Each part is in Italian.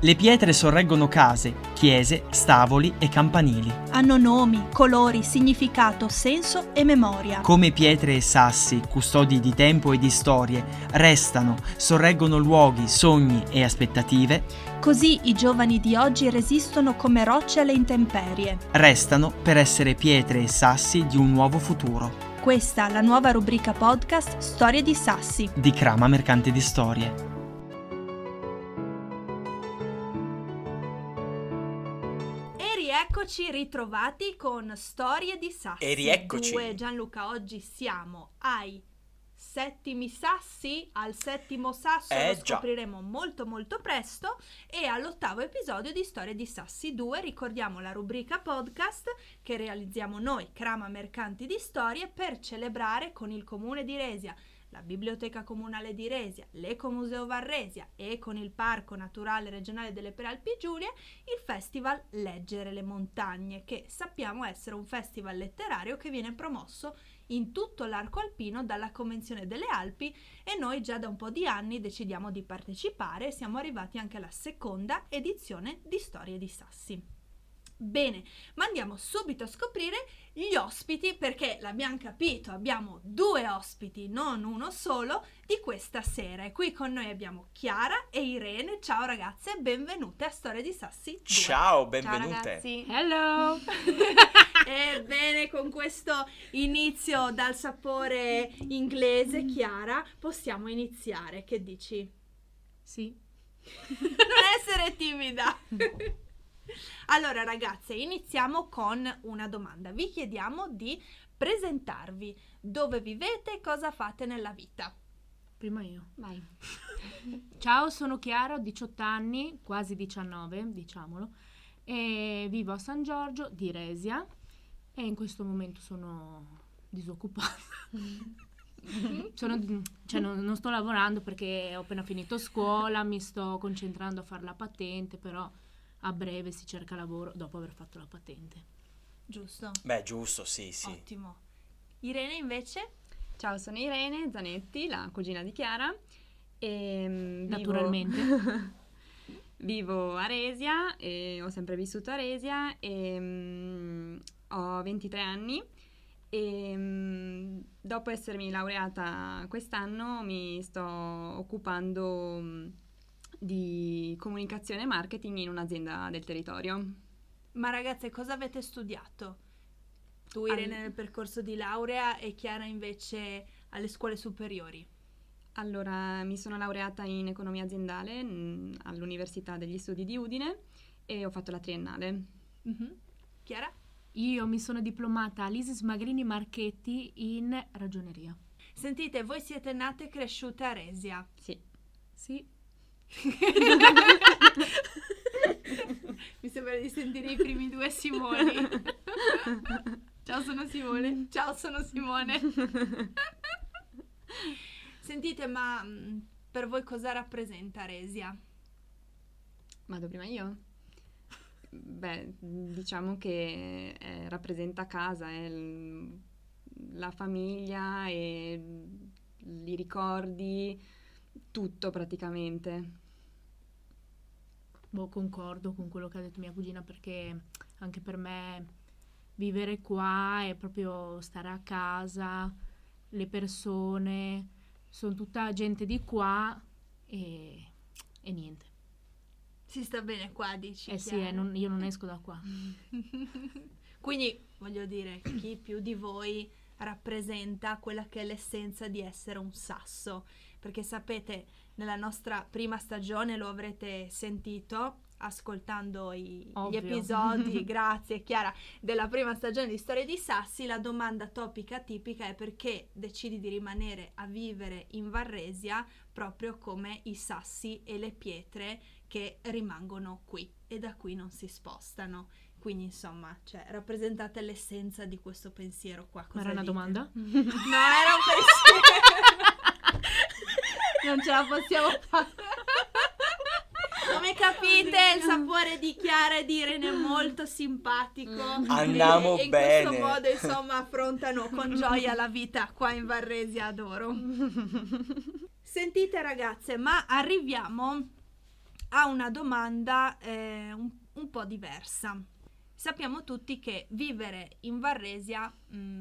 Le pietre sorreggono case, chiese, stavoli e campanili. Hanno nomi, colori, significato, senso e memoria. Come pietre e sassi, custodi di tempo e di storie, restano, sorreggono luoghi, sogni e aspettative. Così i giovani di oggi resistono come rocce alle intemperie. Restano per essere pietre e sassi di un nuovo futuro. Questa la nuova rubrica podcast Storie di Sassi di Crama Mercante di Storie. Eccoci ritrovati con Storie di Sassi. E rieccoci. Gianluca, oggi siamo ai settimi sassi, al settimo sasso lo scopriremo molto presto, e all'ottavo episodio di Storie di Sassi 2. Ricordiamo la rubrica podcast che realizziamo noi, Crama Mercanti di Storie, per celebrare con il Comune di Resia, la Biblioteca Comunale di Resia, l'Ecomuseo Varresia e con il Parco Naturale Regionale delle Prealpi Giulie il Festival Leggere le Montagne, che sappiamo essere un festival letterario che viene promosso in tutto l'arco alpino dalla Convenzione delle Alpi, e noi già da un po' di anni decidiamo di partecipare e siamo arrivati anche alla seconda edizione di Storie di Sassi. Bene, ma andiamo subito a scoprire gli ospiti, perché l'abbiamo capito, abbiamo due ospiti, non uno solo, di questa sera. E qui con noi abbiamo Chiara e Irene. Ciao ragazze, benvenute a Storie di Sassi 2. Ciao, benvenute. Ciao ragazzi. Hello. Ebbene, con questo inizio dal sapore inglese, Chiara, possiamo iniziare. Che dici? Sì. Non essere timida. Allora ragazze, iniziamo con una domanda. Vi chiediamo di presentarvi, dove vivete e cosa fate nella vita. Prima io. Vai. Ciao, sono Chiara, ho 18 anni, quasi 19, diciamolo, e vivo a San Giorgio di Resia e in questo momento sono disoccupata. Non sto lavorando perché ho appena finito scuola, mi sto concentrando a fare la patente, però a breve si cerca lavoro dopo aver fatto la patente. Giusto? Beh, giusto, sì. Ottimo. Irene invece? Ciao, sono Irene Zanetti, la cugina di Chiara. E naturalmente. Vivo a Resia e ho sempre vissuto a Resia e ho 23 anni e dopo essermi laureata quest'anno mi sto occupando di comunicazione e marketing in un'azienda del territorio. Ma ragazze, cosa avete studiato? Tu Irene nel percorso di laurea e Chiara invece alle scuole superiori. Allora, mi sono laureata in economia aziendale all'Università degli Studi di Udine e ho fatto la triennale. Mm-hmm. Chiara? Io mi sono diplomata all'Isis Magrini Marchetti in ragioneria. Sentite, voi siete nate e cresciute a Resia? Sì. Mi sembra di sentire i primi due Simoni. Ciao, sono Simone. Ciao, sono Simone. Sentite, ma per voi cosa rappresenta Resia? Vado prima io? Beh, diciamo che rappresenta casa, è la famiglia e i ricordi, tutto praticamente. Concordo con quello che ha detto mia cugina, perché anche per me vivere qua è proprio stare a casa, le persone, sono tutta gente di qua e niente. Si sta bene qua, dici? Sì, io non esco da qua. Quindi, voglio dire, chi più di voi rappresenta quella che è l'essenza di essere un sasso, perché sapete, nella nostra prima stagione lo avrete sentito ascoltando gli episodi, grazie Chiara, della prima stagione di Storie di Sassi. La domanda topica tipica è: perché decidi di rimanere a vivere in Varresia proprio come i sassi e le pietre che rimangono qui e da qui non si spostano? Quindi insomma, rappresentate l'essenza di questo pensiero qua. Ma era una domanda? No, era un pensiero. Non ce la possiamo fare. Come capite, il sapore di Chiara e di Irene è molto simpatico. Andiamo e in bene. questo modo, insomma, affrontano con gioia la vita qua in Varresia. Adoro. Sentite ragazze, ma arriviamo a una domanda un po' diversa. Sappiamo tutti che vivere in Varresia,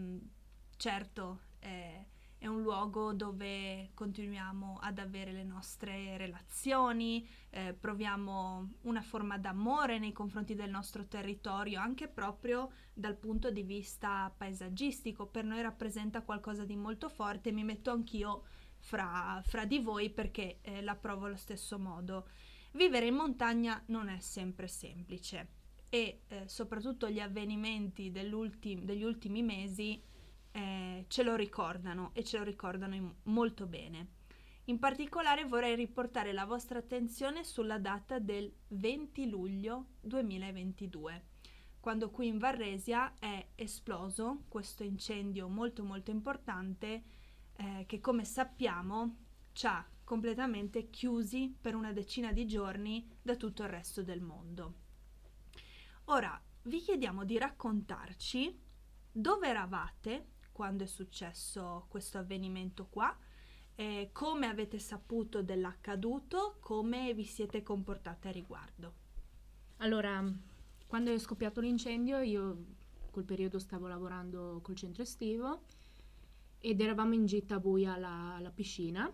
certo, è un luogo dove continuiamo ad avere le nostre relazioni, proviamo una forma d'amore nei confronti del nostro territorio, anche proprio dal punto di vista paesaggistico. Per noi rappresenta qualcosa di molto forte, mi metto anch'io fra di voi perché la provo allo stesso modo. Vivere in montagna non è sempre semplice e soprattutto gli avvenimenti degli ultimi mesi ce lo ricordano e ce lo ricordano molto bene. In particolare vorrei riportare la vostra attenzione sulla data del 20 luglio 2022, quando qui in Varresia è esploso questo incendio molto molto importante che, come sappiamo, ci ha completamente chiusi per una decina di giorni da tutto il resto del mondo. Ora vi chiediamo di raccontarci dove eravate quando è successo questo avvenimento qua, come avete saputo dell'accaduto, come vi siete comportate a riguardo. Allora, quando è scoppiato l'incendio, io quel periodo stavo lavorando col centro estivo ed eravamo in gita buia alla piscina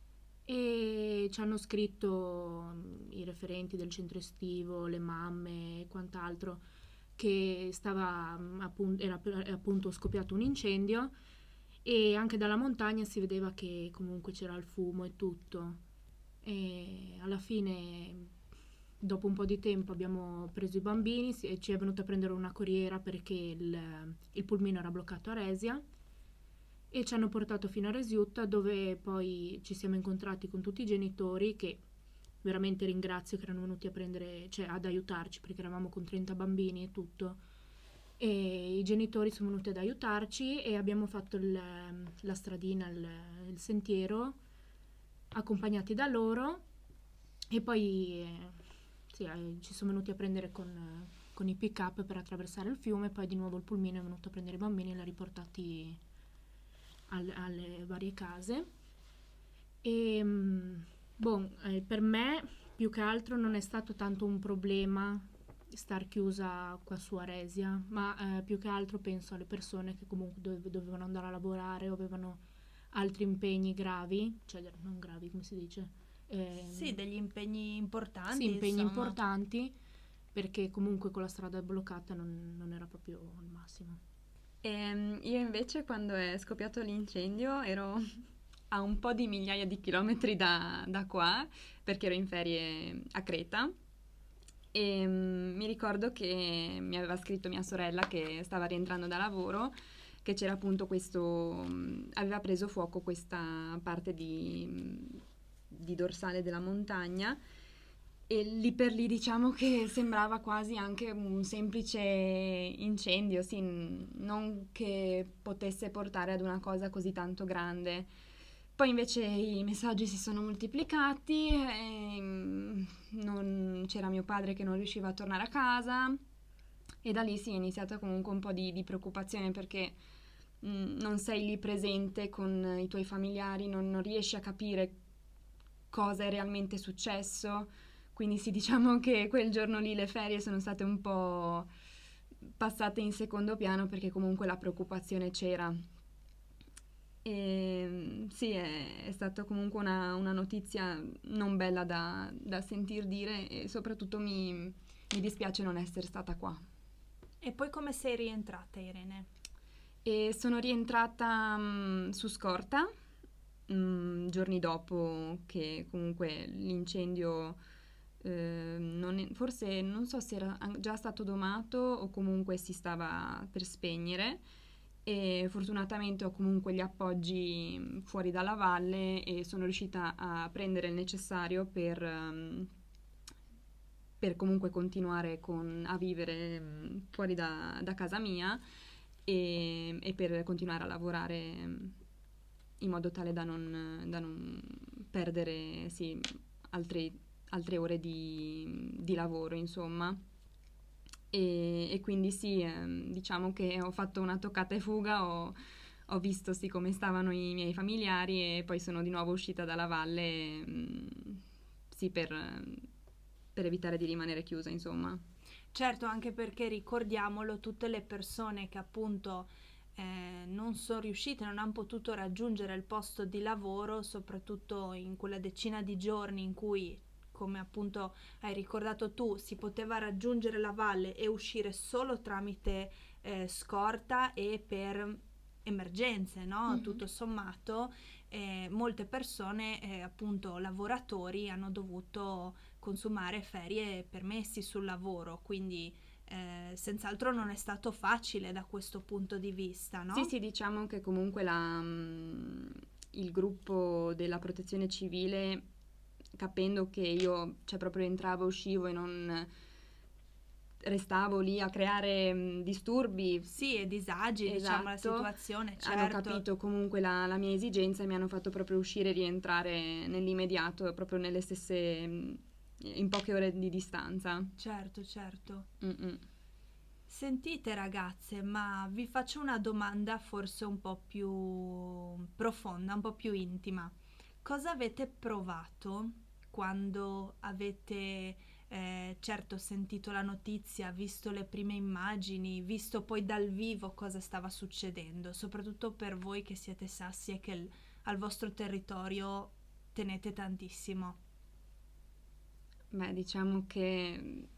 e ci hanno scritto i referenti del centro estivo, le mamme e quant'altro, che era appunto scoppiato un incendio e anche dalla montagna si vedeva che comunque c'era il fumo e tutto. E alla fine, dopo un po' di tempo, abbiamo preso i bambini e ci è venuta a prendere una corriera perché il pulmino era bloccato a Resia e ci hanno portato fino a Resiutta, dove poi ci siamo incontrati con tutti i genitori, che veramente ringrazio, che erano venuti a prendere, cioè ad aiutarci, perché eravamo con 30 bambini e tutto, e i genitori sono venuti ad aiutarci e abbiamo fatto la stradina, il sentiero, accompagnati da loro, e poi ci sono venuti a prendere con i pick up per attraversare il fiume, poi di nuovo il pulmino è venuto a prendere i bambini e li ha riportati alle varie case. E per me più che altro non è stato tanto un problema star chiusa qua su Aresia, ma più che altro penso alle persone che comunque dovevano andare a lavorare o avevano altri impegni gravi, cioè non gravi, come si dice? Sì, degli impegni importanti. Sì, impegni insomma. importanti, perché comunque con la strada bloccata non era proprio il massimo. Io invece, quando è scoppiato l'incendio, ero a un po' di migliaia di chilometri da qua, perché ero in ferie a Creta, e mi ricordo che mi aveva scritto mia sorella, che stava rientrando da lavoro, che c'era appunto aveva preso fuoco questa parte di dorsale della montagna, e lì per lì diciamo che sembrava quasi anche un semplice incendio, sì, non che potesse portare ad una cosa così tanto grande. Poi invece i messaggi si sono moltiplicati, c'era mio padre che non riusciva a tornare a casa, e da lì si è iniziata comunque un po' di preoccupazione, perché non sei lì presente con i tuoi familiari, non riesci a capire cosa è realmente successo. Quindi sì, diciamo che quel giorno lì le ferie sono state un po' passate in secondo piano, perché comunque la preoccupazione c'era. E sì, è stata comunque una notizia non bella da sentir dire, e soprattutto mi dispiace non essere stata qua. E poi come sei rientrata, Irene? E sono rientrata su scorta, giorni dopo che comunque l'incendio forse non so se era già stato domato o comunque si stava per spegnere, e fortunatamente ho comunque gli appoggi fuori dalla valle e sono riuscita a prendere il necessario per comunque continuare a vivere fuori da casa mia, e per continuare a lavorare in modo tale da non perdere altre ore di lavoro, insomma. E quindi sì, diciamo che ho fatto una toccata e fuga, ho visto sì come stavano i miei familiari, e poi sono di nuovo uscita dalla valle, sì, per per evitare di rimanere chiusa, insomma. Certo, anche perché ricordiamolo, tutte le persone che appunto non sono riuscite, non hanno potuto raggiungere il posto di lavoro, soprattutto in quella decina di giorni in cui, come appunto hai ricordato tu, si poteva raggiungere la valle e uscire solo tramite scorta e per emergenze, no? Mm-hmm. Tutto sommato, molte persone, appunto lavoratori, hanno dovuto consumare ferie e permessi sul lavoro, quindi senz'altro non è stato facile da questo punto di vista, no? Sì, diciamo che comunque il gruppo della protezione civile, capendo che io proprio entravo e uscivo e non restavo lì a creare disturbi, sì, e disagi, esatto, diciamo, la situazione, certo. Hanno capito comunque la mia esigenza e mi hanno fatto proprio uscire e rientrare nell'immediato, proprio nelle stesse, in poche ore di distanza. Certo. Mm-mm. Sentite ragazze, ma vi faccio una domanda forse un po' più profonda, un po' più intima. Cosa avete provato quando avete certo sentito la notizia, visto le prime immagini, visto poi dal vivo cosa stava succedendo, soprattutto per voi che siete sassi e che al vostro territorio tenete tantissimo? Beh, diciamo che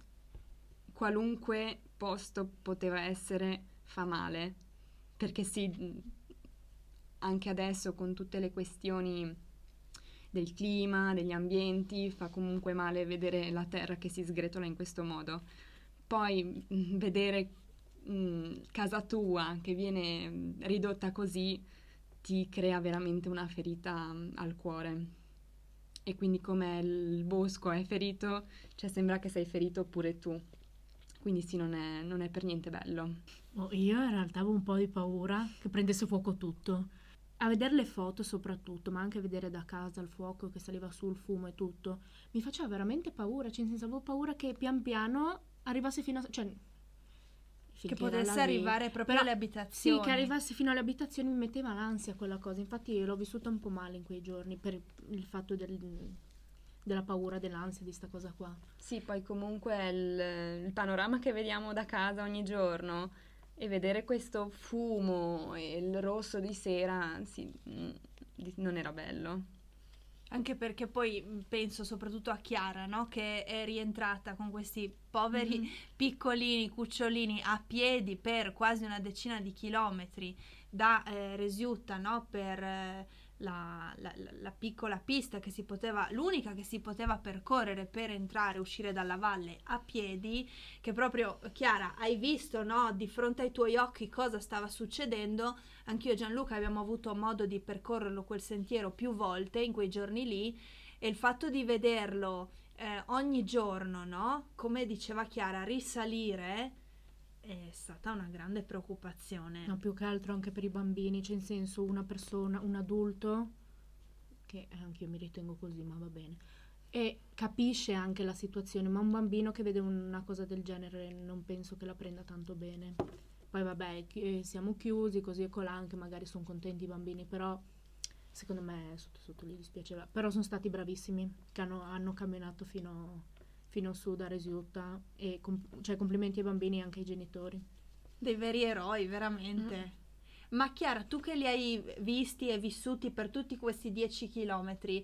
qualunque posto poteva essere fa male, perché sì, anche adesso con tutte le questioni del clima, degli ambienti, fa comunque male vedere la terra che si sgretola in questo modo. Poi vedere casa tua che viene ridotta così ti crea veramente una ferita al cuore. E quindi come il bosco è ferito, sembra che sei ferito pure tu. Quindi sì, non è per niente bello. Io in realtà avevo un po' di paura che prendesse fuoco tutto. A vedere le foto soprattutto, ma anche a vedere da casa il fuoco che saliva su, il fumo e tutto, mi faceva veramente paura, nel senso avevo paura che pian piano arrivasse fino a... che potesse arrivare proprio alle abitazioni. Sì, che arrivasse fino alle abitazioni mi metteva l'ansia quella cosa. Infatti l'ho vissuta un po' male in quei giorni per il fatto della paura, dell'ansia di sta cosa qua. Sì, poi comunque il panorama che vediamo da casa ogni giorno e vedere questo fumo e il rosso di sera, sì, non era bello. Anche perché poi penso soprattutto a Chiara, no? Che è rientrata con questi poveri piccolini, cucciolini a piedi per quasi una decina di chilometri da Resiutta, no? Per la piccola pista che si poteva, l'unica che si poteva percorrere per entrare e uscire dalla valle a piedi, che proprio, Chiara, hai visto, no? Di fronte ai tuoi occhi cosa stava succedendo. Anch'io e Gianluca abbiamo avuto modo di percorrerlo quel sentiero più volte in quei giorni lì, e il fatto di vederlo ogni giorno, no? Come diceva Chiara, risalire è stata una grande preoccupazione. No, più che altro anche per i bambini, in senso una persona, un adulto, che anche io mi ritengo così, ma va bene, e capisce anche la situazione, ma un bambino che vede una cosa del genere non penso che la prenda tanto bene. Poi vabbè, siamo chiusi così e colà, anche magari sono contenti i bambini, però secondo me sotto gli dispiaceva. Però sono stati bravissimi, che hanno camminato fino su da Resiutta, e complimenti ai bambini e anche ai genitori. Dei veri eroi, veramente. Ma Chiara, tu che li hai visti e vissuti per tutti questi 10 chilometri,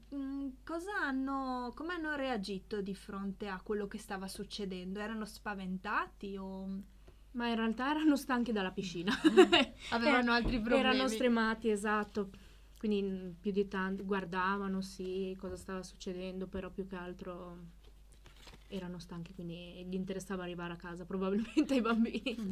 come hanno reagito di fronte a quello che stava succedendo? Erano spaventati o... Ma in realtà erano stanchi dalla piscina. Avevano altri problemi. Erano stremati, esatto. Quindi più di tanto guardavano, sì, cosa stava succedendo, però più che altro erano stanchi, quindi gli interessava arrivare a casa, probabilmente ai bambini.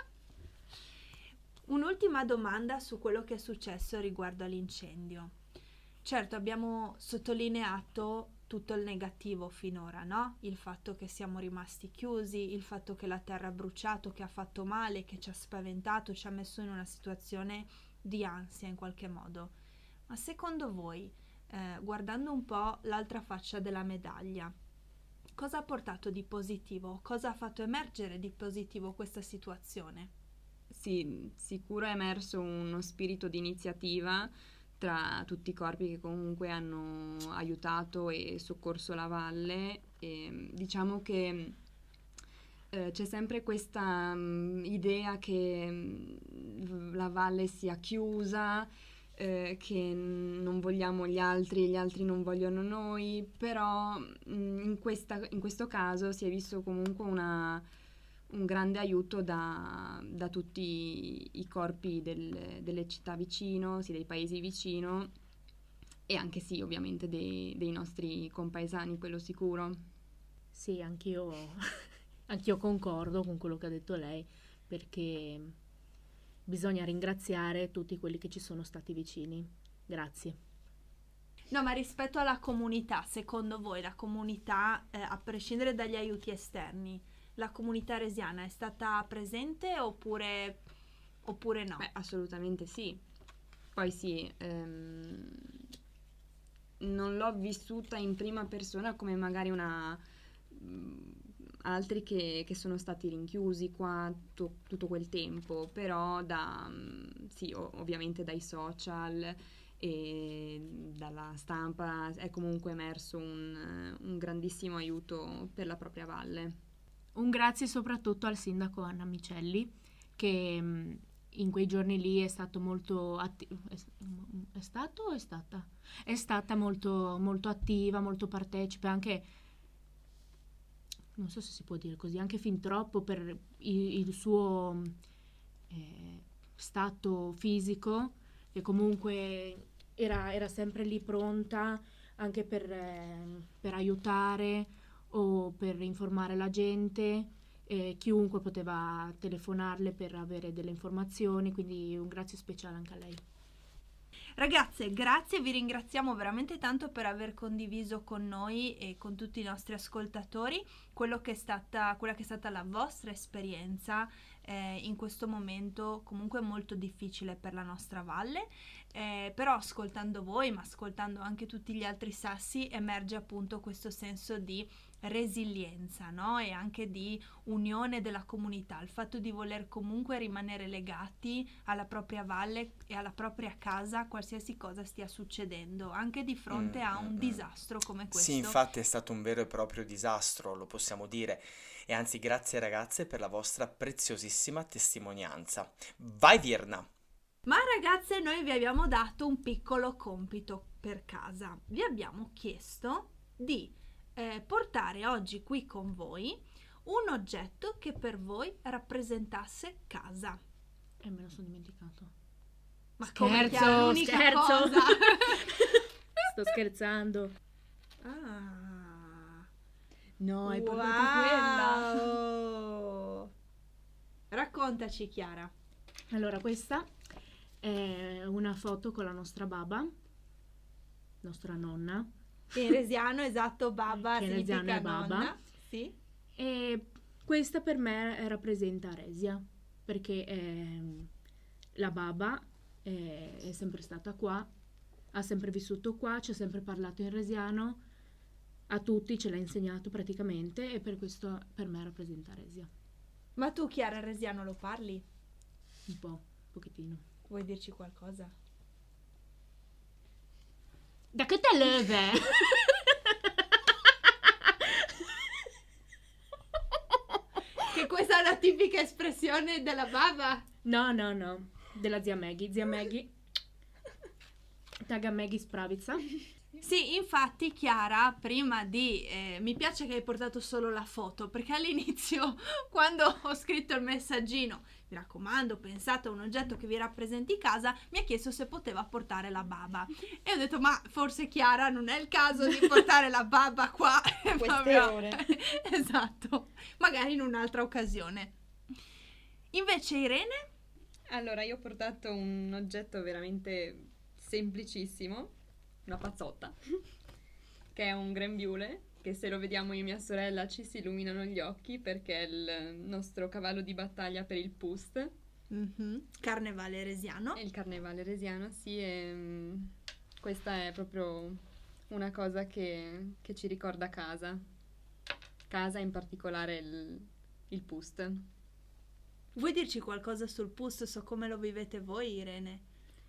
Un'ultima domanda su quello che è successo riguardo all'incendio. Certo, abbiamo sottolineato tutto il negativo finora, no? Il fatto che siamo rimasti chiusi, il fatto che la terra ha bruciato, che ha fatto male, che ci ha spaventato, ci ha messo in una situazione di ansia in qualche modo. Ma secondo voi, guardando un po' l'altra faccia della medaglia, cosa ha portato di positivo? Cosa ha fatto emergere di positivo questa situazione? Sì, sicuro è emerso uno spirito di iniziativa tra tutti i corpi che comunque hanno aiutato e soccorso la valle. E diciamo che c'è sempre questa idea che la valle sia chiusa, che non vogliamo gli altri non vogliono noi, però in questo caso si è visto comunque un grande aiuto da tutti i corpi delle città vicino, sì, dei paesi vicino, e anche sì, ovviamente dei nostri compaesani, quello sicuro. Sì, anch'io concordo con quello che ha detto lei, perché bisogna ringraziare tutti quelli che ci sono stati vicini. Grazie. No, ma rispetto alla comunità, secondo voi la comunità, a prescindere dagli aiuti esterni, la comunità aresiana è stata presente oppure no? Beh, assolutamente sì. Poi sì, non l'ho vissuta in prima persona come magari altri che sono stati rinchiusi qua tutto quel tempo, però sì, ovviamente dai social e dalla stampa è comunque emerso un grandissimo aiuto per la propria valle. Un grazie soprattutto al sindaco Anna Micelli, che in quei giorni lì è stato molto è stata molto, molto attiva, molto partecipe, anche, non so se si può dire così, anche fin troppo per il suo stato fisico, che comunque era sempre lì pronta anche per aiutare o per informare la gente. Chiunque poteva telefonarle per avere delle informazioni, quindi un grazie speciale anche a lei. Ragazze, grazie, vi ringraziamo veramente tanto per aver condiviso con noi e con tutti i nostri ascoltatori quella che è stata la vostra esperienza in questo momento comunque molto difficile per la nostra valle, però ascoltando voi, ma ascoltando anche tutti gli altri sassi, emerge appunto questo senso di resilienza, no? E anche di unione della comunità, il fatto di voler comunque rimanere legati alla propria valle e alla propria casa, qualsiasi cosa stia succedendo, anche di fronte a un disastro come questo. Sì, infatti è stato un vero e proprio disastro, lo possiamo dire. E anzi, grazie ragazze per la vostra preziosissima testimonianza. Vai Virna! Ma ragazze, noi vi abbiamo dato un piccolo compito per casa. Vi abbiamo chiesto di portare oggi qui con voi un oggetto che per voi rappresentasse casa. E me lo sono dimenticato. Ma scherzo, come Chiara, l'unica scherzo. cosa? Sto scherzando. Ah, No, hai portato wow. Raccontaci, Chiara. Allora, questa è una foto con la nostra baba, nostra nonna. In resiano, esatto, baba Che in significa resiano è baba. nonna. Sì. E questa per me rappresenta Aresia, perché la baba è sempre stata qua, ha sempre vissuto qua, ci ha sempre parlato in resiano, a tutti ce l'ha insegnato praticamente, e per questo per me rappresenta Aresia. Ma tu, Chiara, il resiano lo parli? Un pochettino. Vuoi dirci qualcosa? Da che te leve? Che questa è la tipica espressione della baba? No, della zia Maggie. Zia Maggie. Taga Maggie Spravica. Sì, infatti Chiara, prima di... mi piace che hai portato solo la foto, perché all'inizio, quando ho scritto il messaggino, mi raccomando, pensate a un oggetto che vi rappresenti casa, mi ha chiesto se poteva portare la baba. E ho detto, ma forse Chiara non è il caso di portare la baba qua. Queste ore. Esatto, magari in un'altra occasione. Invece Irene? Allora, io ho portato un oggetto veramente semplicissimo, una pazzotta, che è un grembiule, che se lo vediamo io e mia sorella ci si illuminano gli occhi, perché è il nostro cavallo di battaglia per il Pust. Carnevale resiano. E il carnevale resiano, sì, e questa è proprio una cosa che ci ricorda casa. Casa, in particolare il Pust. Vuoi dirci qualcosa sul Pust? So come lo vivete voi, Irene?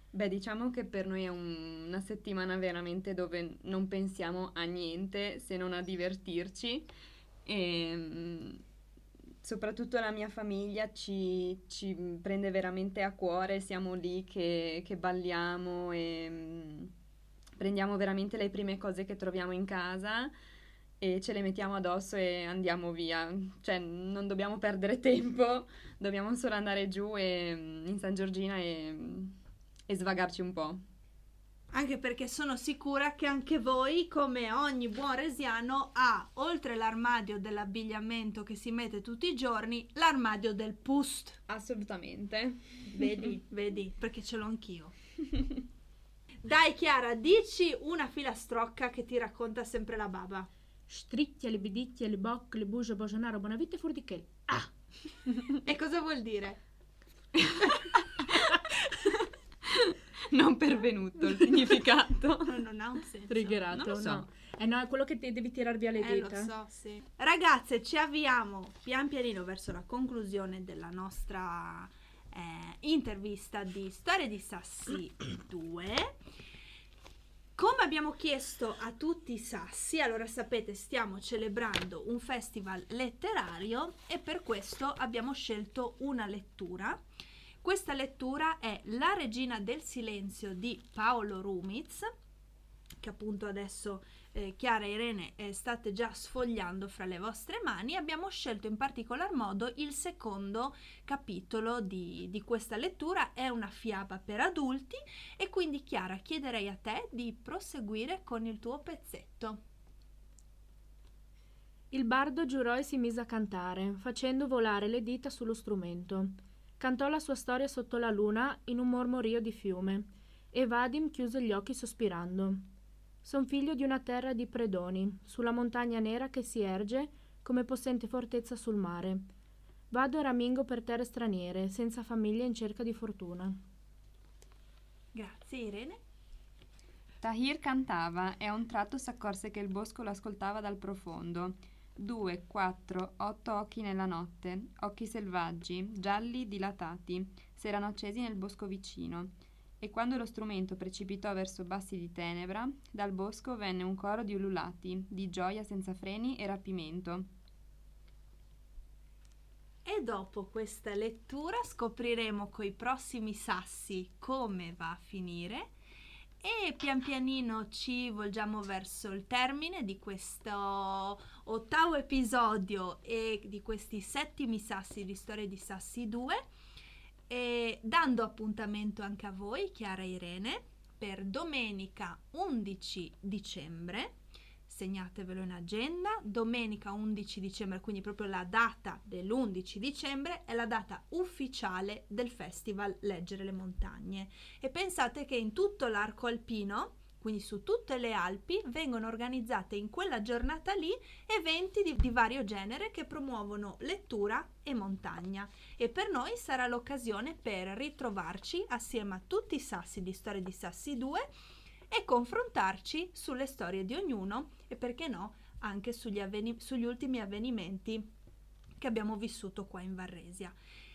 Beh, diciamo che per noi è una settimana veramente dove non pensiamo a niente se non a divertirci e soprattutto la mia famiglia ci prende veramente a cuore, siamo lì che balliamo e prendiamo veramente le prime cose che troviamo in casa e ce le mettiamo addosso e andiamo via, cioè non dobbiamo perdere tempo, dobbiamo solo andare giù in San Giorgina e svagarci un po'. Anche perché sono sicura che anche voi, come ogni buon resiano, ha, oltre l'armadio dell'abbigliamento che si mette tutti i giorni, l'armadio del pust. Assolutamente. Vedi, perché ce l'ho anch'io. Dai Chiara, dici una filastrocca che ti racconta sempre la baba. Stricchia, le bidicchia, le bocche, le bugie, bojanaro, buonavita e furtichel. Ah! E cosa vuol dire? Non pervenuto il significato. Non ha un senso. Triggerato, Non lo so. no. No, è quello che devi tirar via le dita. Lo so, sì. Ragazze, ci avviamo pian pianino verso la conclusione della nostra intervista di Storie di Sassi 2. Come abbiamo chiesto a tutti i Sassi, allora sapete, stiamo celebrando un festival letterario e per questo abbiamo scelto una lettura. Questa lettura è La regina del silenzio di Paolo Rumiz, che appunto adesso Chiara e Irene state già sfogliando fra le vostre mani. Abbiamo scelto in particolar modo il secondo capitolo di questa lettura, è una fiaba per adulti e quindi Chiara chiederei a te di proseguire con il tuo pezzetto. Il bardo giurò e si mise a cantare, facendo volare le dita sullo strumento. Cantò la sua storia sotto la luna in un mormorio di fiume, e Vadim chiuse gli occhi sospirando. Son figlio di una terra di predoni, sulla montagna nera che si erge come possente fortezza sul mare. Vado e ramingo per terre straniere, senza famiglia in cerca di fortuna. Grazie Irene. Tahir cantava e a un tratto s'accorse che il bosco lo ascoltava dal profondo. 2, 4, 8 occhi nella notte, occhi selvaggi, gialli, dilatati, s'erano accesi nel bosco vicino. E quando lo strumento precipitò verso bassi di tenebra, dal bosco venne un coro di ululati, di gioia senza freni e rapimento. E dopo questa lettura scopriremo coi prossimi Sassi come va a finire e pian pianino ci volgiamo verso il termine di questo 8º episodio e di questi 7 Sassi di Storie di Sassi 2, e dando appuntamento anche a voi, Chiara e Irene, per domenica 11 dicembre. Segnatevelo in agenda, domenica 11 dicembre, quindi proprio la data dell'11 dicembre è la data ufficiale del Festival Leggere le Montagne. E pensate che in tutto l'arco alpino, quindi su tutte le Alpi, vengono organizzate in quella giornata lì eventi di vario genere che promuovono lettura e montagna. E per noi sarà l'occasione per ritrovarci assieme a tutti i Sassi di Storie di Sassi 2 e confrontarci sulle storie di ognuno e perché no anche sugli ultimi avvenimenti che abbiamo vissuto qua in Varresia.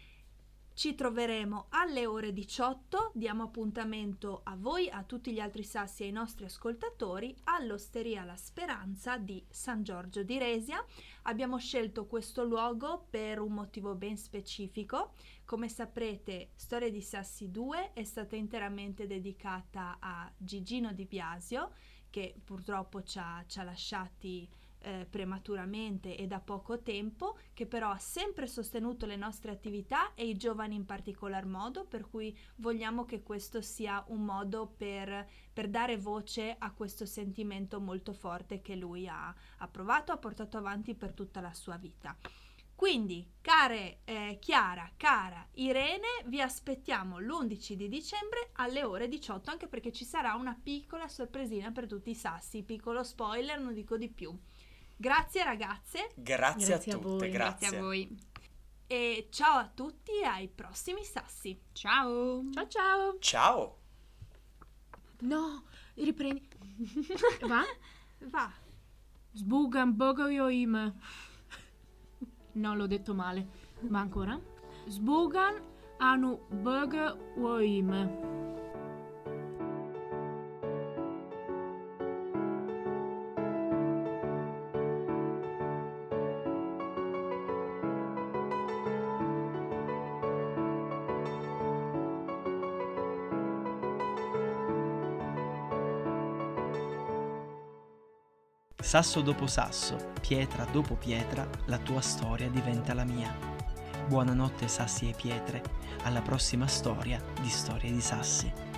Ci troveremo alle ore 18, diamo appuntamento a voi, a tutti gli altri Sassi e ai nostri ascoltatori all'Osteria La Speranza di San Giorgio di Resia. Abbiamo scelto questo luogo per un motivo ben specifico. Come saprete, Storie di Sassi 2 è stata interamente dedicata a Gigino Di Biasio, che purtroppo ci ha lasciati prematuramente e da poco tempo, che però ha sempre sostenuto le nostre attività e i giovani in particolar modo, per cui vogliamo che questo sia un modo per dare voce a questo sentimento molto forte che lui ha provato, ha portato avanti per tutta la sua vita. Quindi, care Chiara, cara Irene, vi aspettiamo l'11 di dicembre alle ore 18, anche perché ci sarà una piccola sorpresina per tutti i Sassi, piccolo spoiler, non dico di più. Grazie ragazze. Grazie a tutte, voi. Grazie a voi. E ciao a tutti e ai prossimi Sassi. Ciao. Ciao ciao. Ciao! No, riprendi. Va? Va. Sbugan bogojoim. No, l'ho detto male. Ma ancora? Sbugan anu bogojoim. Sasso dopo sasso, pietra dopo pietra, la tua storia diventa la mia. Buonanotte sassi e pietre, alla prossima storia di Storie di Sassi.